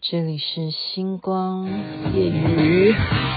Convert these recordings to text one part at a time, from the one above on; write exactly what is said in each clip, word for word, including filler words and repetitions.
这里是星光夜雨。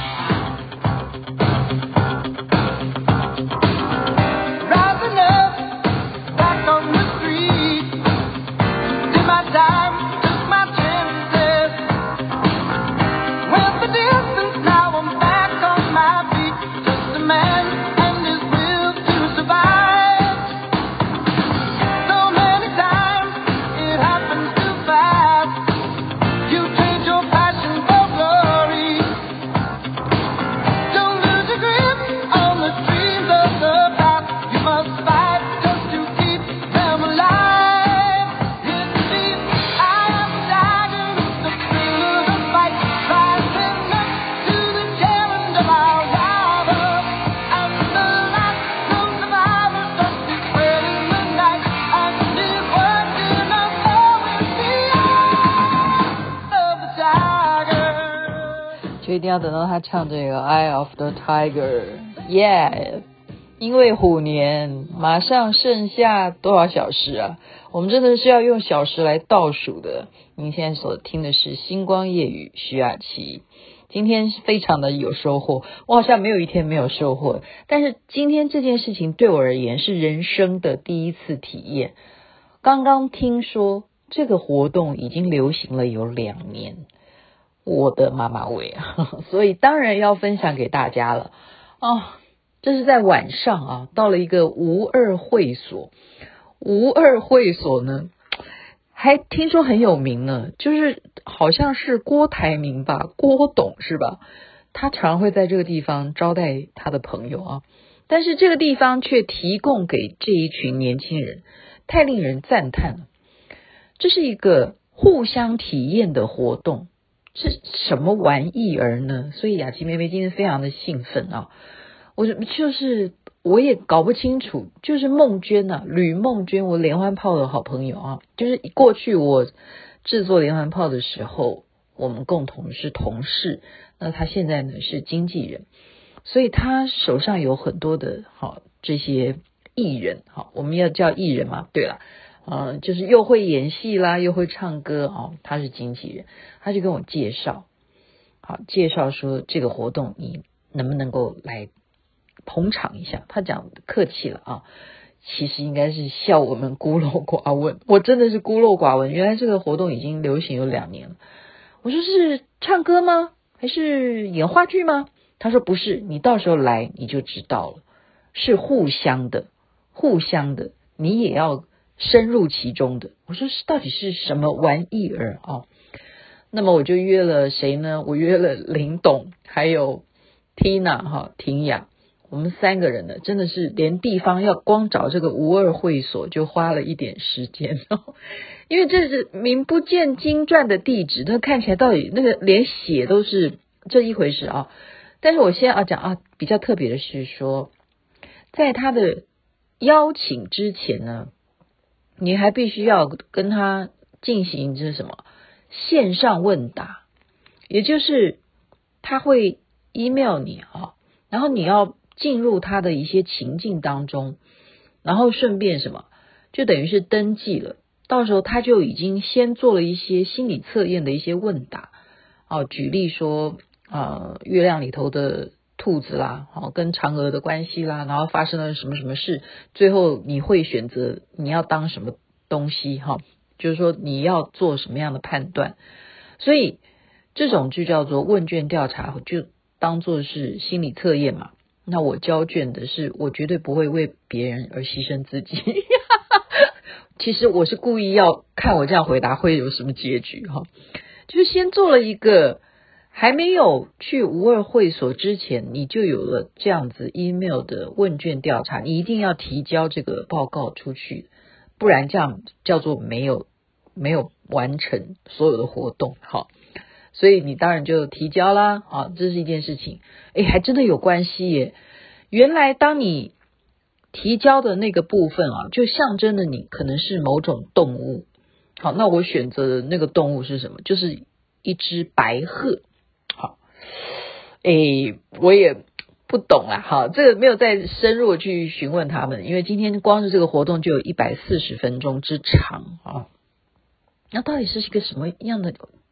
就一定要等到他唱这个 Eye of the Tiger Yeah 因为虎年马上剩下多少小时啊，我们真的是要用小时来倒数的。您现在所听的是星光夜语徐雅琪，今天非常的有收获，我好像没有一天没有收获，但是今天这件事情对我而言是人生的第一次体验。刚刚听说这个活动已经流行了有两年，我的妈妈味啊，所以当然要分享给大家了哦。这是在晚上啊，到了一个无二会所，无二会所呢，还听说很有名呢，就是好像是郭台铭吧，郭董是吧？他常会在这个地方招待他的朋友啊，但是这个地方却提供给这一群年轻人，太令人赞叹了。这是一个互相体验的活动。是什么玩意儿呢？所以雅琪妹妹今天非常的兴奋啊！我就是我也搞不清楚，就是孟娟啊，吕孟娟，我连环炮的好朋友啊，就是过去我制作连环炮的时候，我们共同是同事，那他现在呢是经纪人，所以他手上有很多的好这些艺人，好，我们要叫艺人嘛，对了。呃，就是又会演戏啦，又会唱歌哦。他是经纪人，他就跟我介绍，好，介绍说这个活动你能不能够来捧场一下？他讲客气了啊，其实应该是笑我们孤陋寡闻。我真的是孤陋寡闻，原来这个活动已经流行有两年了。我说是唱歌吗？还是演话剧吗？他说不是，你到时候来你就知道了，是互相的，互相的，你也要深入其中的。我说是到底是什么玩意儿啊？那么我就约了谁呢？我约了林董还有 Tina 哈婷雅，我们三个人呢，真的是连地方要光找这个无二会所就花了一点时间哦，因为这是名不见经传的地址，那看起来到底那个连写都是这一回事啊。但是我现在要讲啊，比较特别的是说，在他的邀请之前呢，你还必须要跟他进行这是什么线上问答，也就是他会 email 你啊，然后你要进入他的一些情境当中，然后顺便什么，就等于是登记了，到时候他就已经先做了一些心理测验的一些问答啊，举例说呃月亮里头的兔子啦，好，跟嫦娥的关系啦，然后发生了什么什么事，最后你会选择你要当什么东西哈，就是说你要做什么样的判断，所以这种就叫做问卷调查，就当做是心理测验嘛。那我交卷的是，我绝对不会为别人而牺牲自己。其实我是故意要看我这样回答会有什么结局哈，就是先做了一个。还没有去无二会所之前，你就有了这样子 email 的问卷调查，你一定要提交这个报告出去，不然这样叫做没有没有完成所有的活动。好，所以你当然就提交啦，啊，这是一件事情。诶，还真的有关系耶。原来当你提交的那个部分啊，就象征了你可能是某种动物。好，那我选择的那个动物是什么？就是一只白鹤。好，诶，我也不懂啦，好，这个没有再深入去询问他们，因为今天光是这个活动就有一百四十分钟之长啊。那到底是一个什么样的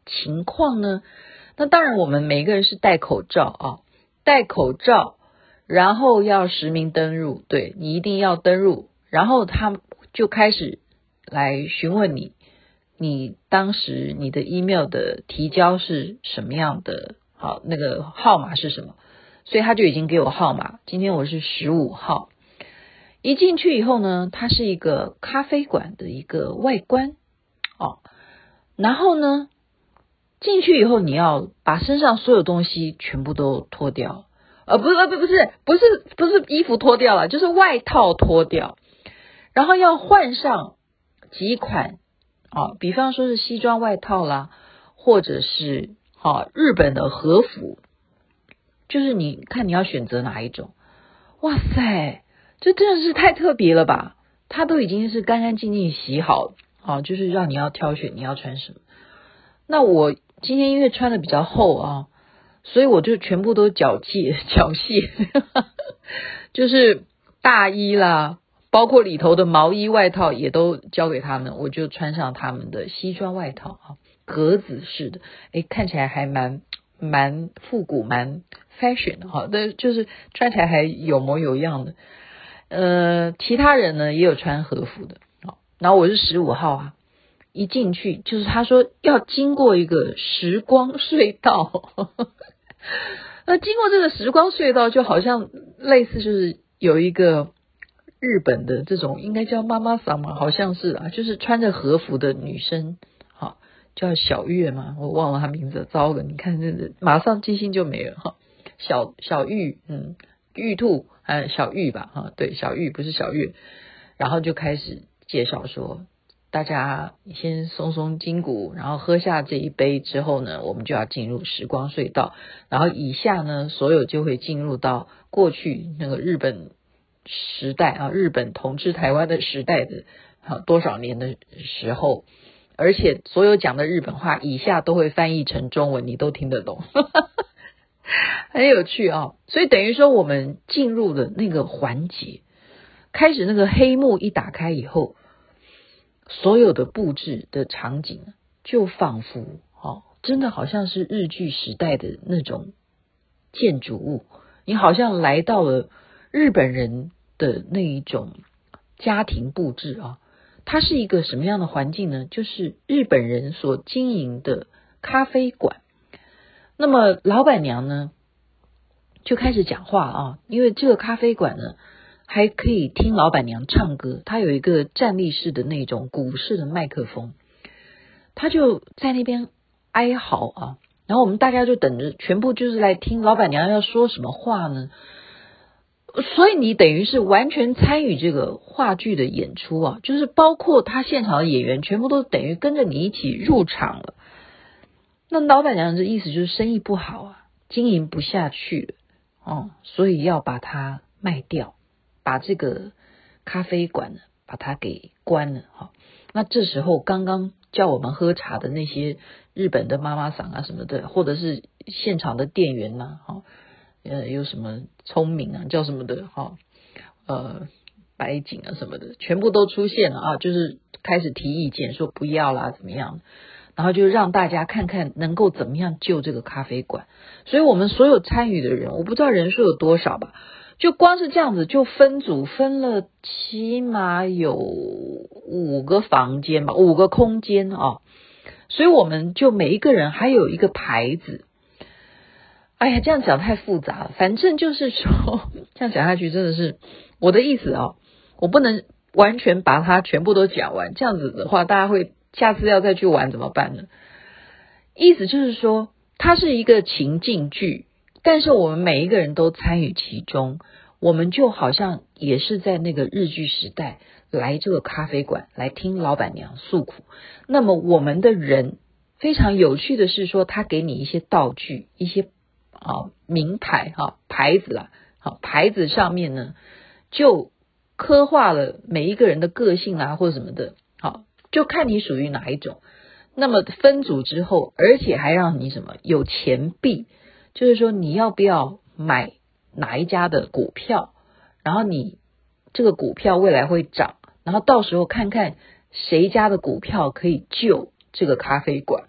情况呢？那当然我们每个人是戴口罩啊，戴口罩，然后要实名登入，对，你一定要登入，然后他就开始来询问你，你当时你的 email 的提交是什么样的，好，那个号码是什么，所以他就已经给我号码，今天我是十五号。一进去以后呢，它是一个咖啡馆的一个外观哦，然后呢进去以后你要把身上所有东西全部都脱掉，呃不是不是不是不是不是衣服脱掉了，就是外套脱掉，然后要换上几款哦，比方说是西装外套啦，或者是哦日本的和服，就是你看你要选择哪一种。哇塞，这真的是太特别了吧，它都已经是干干净净洗好啊，就是让你要挑选你要穿什么。那我今天因为穿的比较厚啊，所以我就全部都缴械缴械就是大衣啦，包括里头的毛衣外套也都交给他们，我就穿上他们的西装外套啊，格子式的，诶，看起来还蛮蛮复古蛮 fashion 的哈，但就是穿起来还有模有样的。呃，其他人呢也有穿和服的，然后我是十五号啊，一进去就是他说要经过一个时光隧道那经过这个时光隧道就好像类似就是有一个日本的这种应该叫妈妈桑嘛，好像是啊，就是穿着和服的女生，好叫小月嘛，我忘了她名字，糟了，你看这个马上记性就没了哈。小小玉，嗯，玉兔，呃，小玉吧，哈，对，小玉不是小月，然后就开始介绍说，大家先松松筋骨，然后喝下这一杯之后呢，我们就要进入时光隧道，然后以下呢，所有就会进入到过去那个日本时代啊，日本统治台湾的时代的啊多少年的时候，而且所有讲的日本话以下都会翻译成中文，你都听得懂很有趣啊、哦！所以等于说我们进入了那个环节，开始那个黑幕一打开以后，所有的布置的场景就仿佛哦，真的好像是日据时代的那种建筑物，你好像来到了日本人的那一种家庭布置啊。它是一个什么样的环境呢？就是日本人所经营的咖啡馆。那么老板娘呢就开始讲话啊，因为这个咖啡馆呢还可以听老板娘唱歌，她有一个站立式的那种鼓式的麦克风，她就在那边哀嚎啊，然后我们大家就等着，全部就是来听老板娘要说什么话呢。所以你等于是完全参与这个话剧的演出啊，就是包括他现场的演员全部都等于跟着你一起入场了。那老板娘的意思就是生意不好啊，经营不下去了哦，所以要把它卖掉，把这个咖啡馆呢把它给关了哈、哦。那这时候刚刚叫我们喝茶的那些日本的妈妈桑啊什么的，或者是现场的店员呐、啊，哈、呃，有什么聪明啊，叫什么的哈、哦，呃，白景啊什么的，全部都出现了啊，就是开始提意见，说不要啦，怎么样？然后就让大家看看能够怎么样救这个咖啡馆。所以我们所有参与的人，我不知道人数有多少吧，就光是这样子就分组分了起码有五个房间吧，五个空间啊。所以我们就每一个人还有一个牌子。哎呀，这样讲太复杂了，反正就是说这样讲下去真的是我的意思啊，我不能完全把它全部都讲完，这样子的话大家会下次要再去玩怎么办呢？意思就是说它是一个情境剧，但是我们每一个人都参与其中，我们就好像也是在那个日据时代来这个咖啡馆来听老板娘诉苦。那么我们的人非常有趣的是说，他给你一些道具，一些啊名牌哈、啊、牌子啦，好、啊、牌子上面呢就刻画了每一个人的个性啊或者什么的，好、啊、就看你属于哪一种。那么分组之后，而且还让你什么有钱币，就是说你要不要买哪一家的股票，然后你这个股票未来会涨，然后到时候看看谁家的股票可以救这个咖啡馆。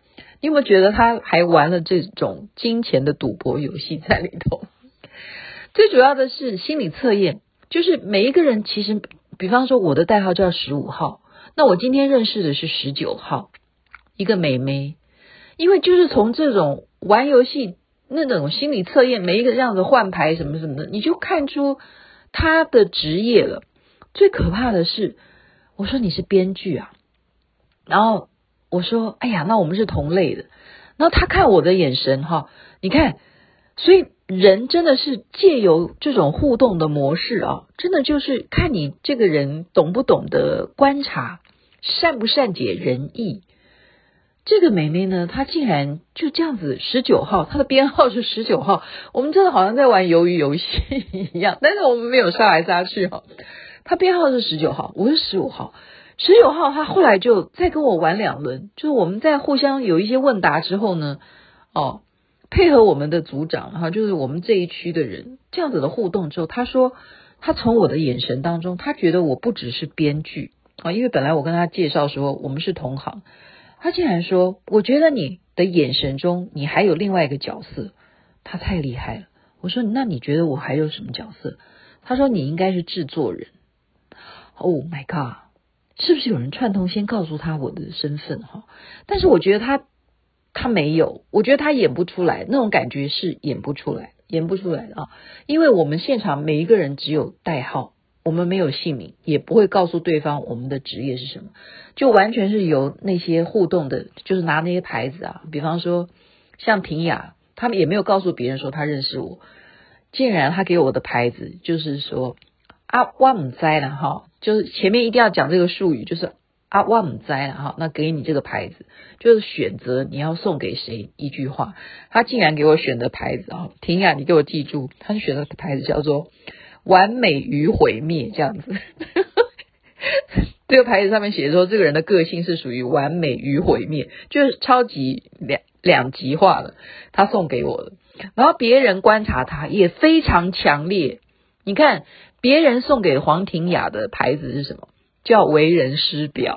你有没有觉得他还玩了这种金钱的赌博游戏在里头？最主要的是心理测验，就是每一个人其实，比方说我的代号叫十五号，那我今天认识的是十九号，一个美眉，因为就是从这种玩游戏那种心理测验，每一个这样子换牌什么什么的，你就看出他的职业了。最可怕的是，我说你是编剧啊，然后我说哎呀，那我们是同类的，然后他看我的眼神哈，你看，所以人真的是借由这种互动的模式啊，真的就是看你这个人懂不懂得观察，善不善解人意。这个妹妹呢，她竟然就这样子十九号，她的编号是十九号，我们真的好像在玩鱿鱼游戏一样，但是我们没有杀来杀去哈。她编号是十九号，我是十五号。十九号她后来就再跟我玩两轮，就是我们在互相有一些问答之后呢，哦，配合我们的组长哈，就是我们这一区的人这样子的互动之后，他说他从我的眼神当中，他觉得我不只是编剧啊，因为本来我跟他介绍说我们是同行，他竟然说我觉得你的眼神中你还有另外一个角色，他太厉害了。我说那你觉得我还有什么角色？他说你应该是制作人。Oh my god， 是不是有人串通先告诉他我的身份哈？但是我觉得他他没有，我觉得他演不出来，那种感觉是演不出来，演不出来的啊！因为我们现场每一个人只有代号，我们没有姓名，也不会告诉对方我们的职业是什么，就完全是由那些互动的，就是拿那些牌子啊，比方说像婷雅，他们也没有告诉别人说他认识我，竟然他给我的牌子就是说啊，我不知道啦哈，就是前面一定要讲这个术语，就是啊，我不知道啦哈，那给你这个牌子，就是选择你要送给谁一句话。他竟然给我选的牌子啊，婷雅，你给我记住，他选的牌子叫做完美与毁灭这样子。这个牌子上面写说这个人的个性是属于完美与毁灭，就是超级两两极化的，他送给我的。然后别人观察他也非常强烈，你看别人送给黄婷雅的牌子是什么？叫为人师表。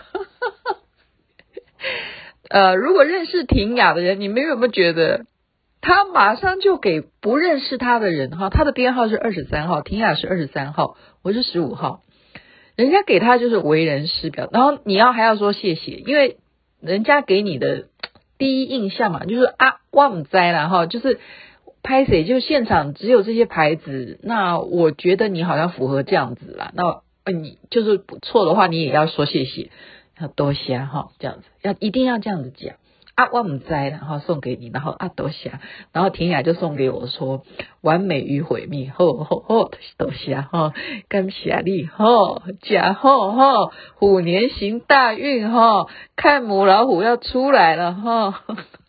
呃，如果认识婷雅的人，你们有没有觉得他马上就给不认识他的人哈，他的编号是二十三号，婷雅是二十三号，我是十五号，人家给他就是为人师表，然后你要还要说谢谢，因为人家给你的第一印象嘛，就是啊，我不知啦哈，就是拍谁就现场只有这些牌子，那我觉得你好像符合这样子啦，那呃你就是不错的话，你也要说谢谢，要多谢哈，这样子要一定要这样子讲啊，我不知然后送给你，然后啊多谢，然后婷雅就送给我说完美与毁灭，吼吼吼多谢哈，感谢你哈，假吼哈，虎年行大运哈，看母老虎要出来了哈。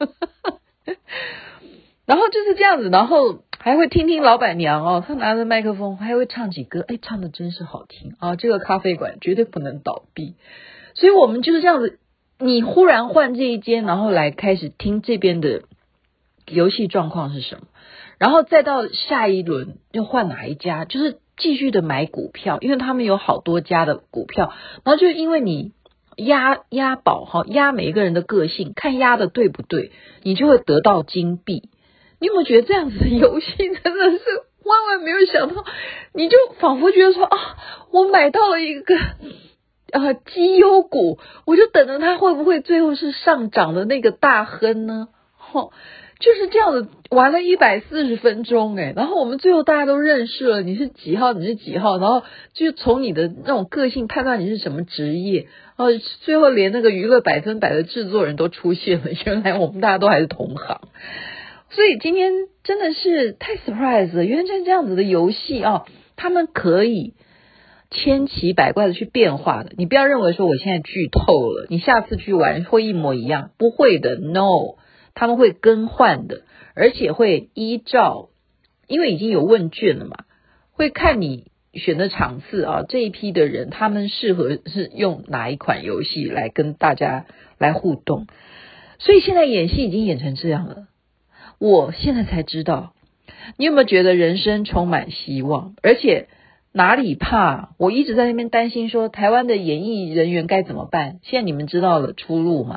然后就是这样子，然后还会听听老板娘哦，她拿着麦克风还会唱起歌，哎，唱的真是好听啊！这个咖啡馆绝对不能倒闭，所以我们就是这样子，你忽然换这一间，然后来开始听这边的游戏状况是什么，然后再到下一轮要换哪一家，就是继续的买股票，因为他们有好多家的股票，然后就因为你押押宝哈，押每一个人的个性，看押的对不对，你就会得到金币。你有没有觉得这样子的游戏真的是万万没有想到，你就仿佛觉得说啊，我买到了一个呃绩优股，我就等着它会不会最后是上涨的那个大亨呢？吼，就是这样子玩了一百四十分钟诶，然后我们最后大家都认识了，你是几号你是几号，然后就从你的那种个性判断你是什么职业，然后最后连那个娱乐百分百的制作人都出现了，原来我们大家都还是同行。所以今天真的是太 surprise 了，原来这样子的游戏啊，他们可以千奇百怪的去变化的。你不要认为说我现在剧透了，你下次去玩会一模一样，不会的 ，no， 他们会更换的，而且会依照，因为已经有问卷了嘛，会看你选的场次啊，这一批的人他们适合是用哪一款游戏来跟大家来互动。所以现在演戏已经演成这样了。我现在才知道，你有没有觉得人生充满希望？而且哪里怕？我一直在那边担心说，台湾的演艺人员该怎么办？现在你们知道了出路吗？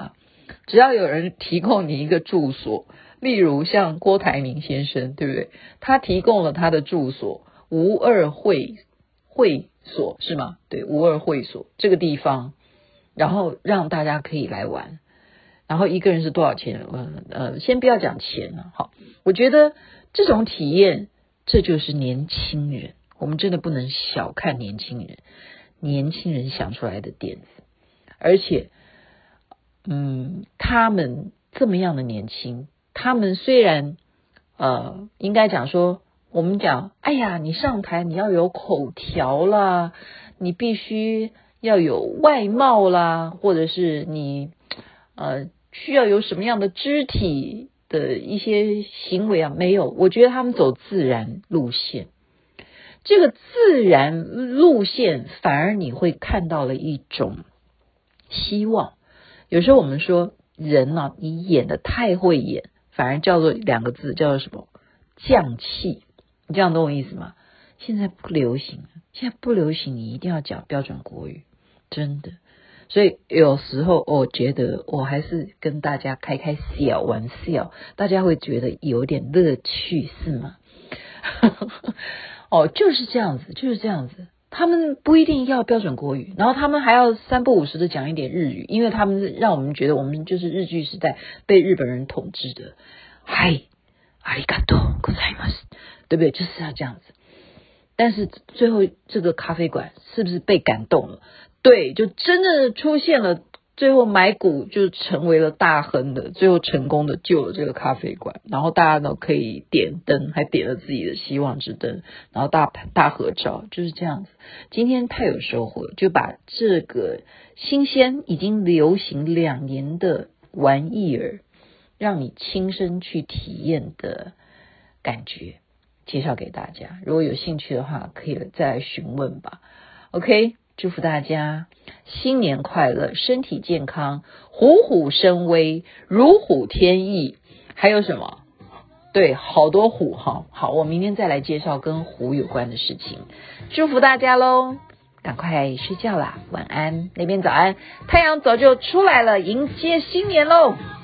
只要有人提供你一个住所，例如像郭台铭先生，对不对？他提供了他的住所无二会会所是吗？对，无二会所这个地方，然后让大家可以来玩。然后一个人是多少钱？呃呃，先不要讲钱了，好，我觉得这种体验，这就是年轻人。我们真的不能小看年轻人，年轻人想出来的点子，而且，嗯，他们这么样的年轻，他们虽然呃，应该讲说，我们讲，哎呀，你上台你要有口条啦，你必须要有外貌啦，或者是你呃。需要有什么样的肢体的一些行为啊？没有，我觉得他们走自然路线。这个自然路线反而你会看到了一种希望。有时候我们说人啊，你演得太会演，反而叫做两个字，叫做什么？匠气。你这样懂我意思吗？现在不流行，现在不流行，你一定要讲标准国语，真的。所以有时候我觉得我还是跟大家开开小玩笑，大家会觉得有点乐趣，是吗？哦，就是这样子，就是这样子。他们不一定要标准国语，然后他们还要三不五时的讲一点日语，因为他们让我们觉得我们就是日据时代被日本人统治的。嗨，ありがとうございます，对不对？就是要这样子。但是最后这个咖啡馆是不是被感动了？对，就真的出现了，最后买股就成为了大亨的，最后成功的救了这个咖啡馆，然后大家都可以点灯，还点了自己的希望之灯，然后大大合照，就是这样子。今天太有收获了，就把这个新鲜已经流行两年的玩意儿，让你亲身去体验的感觉介绍给大家。如果有兴趣的话，可以再来询问吧。OK， 祝福大家新年快乐，身体健康，虎虎生威，如虎添翼。还有什么？对，好多虎哈。好，我明天再来介绍跟虎有关的事情。祝福大家咯，赶快睡觉啦，晚安。那边早安，太阳早就出来了，迎接新年咯。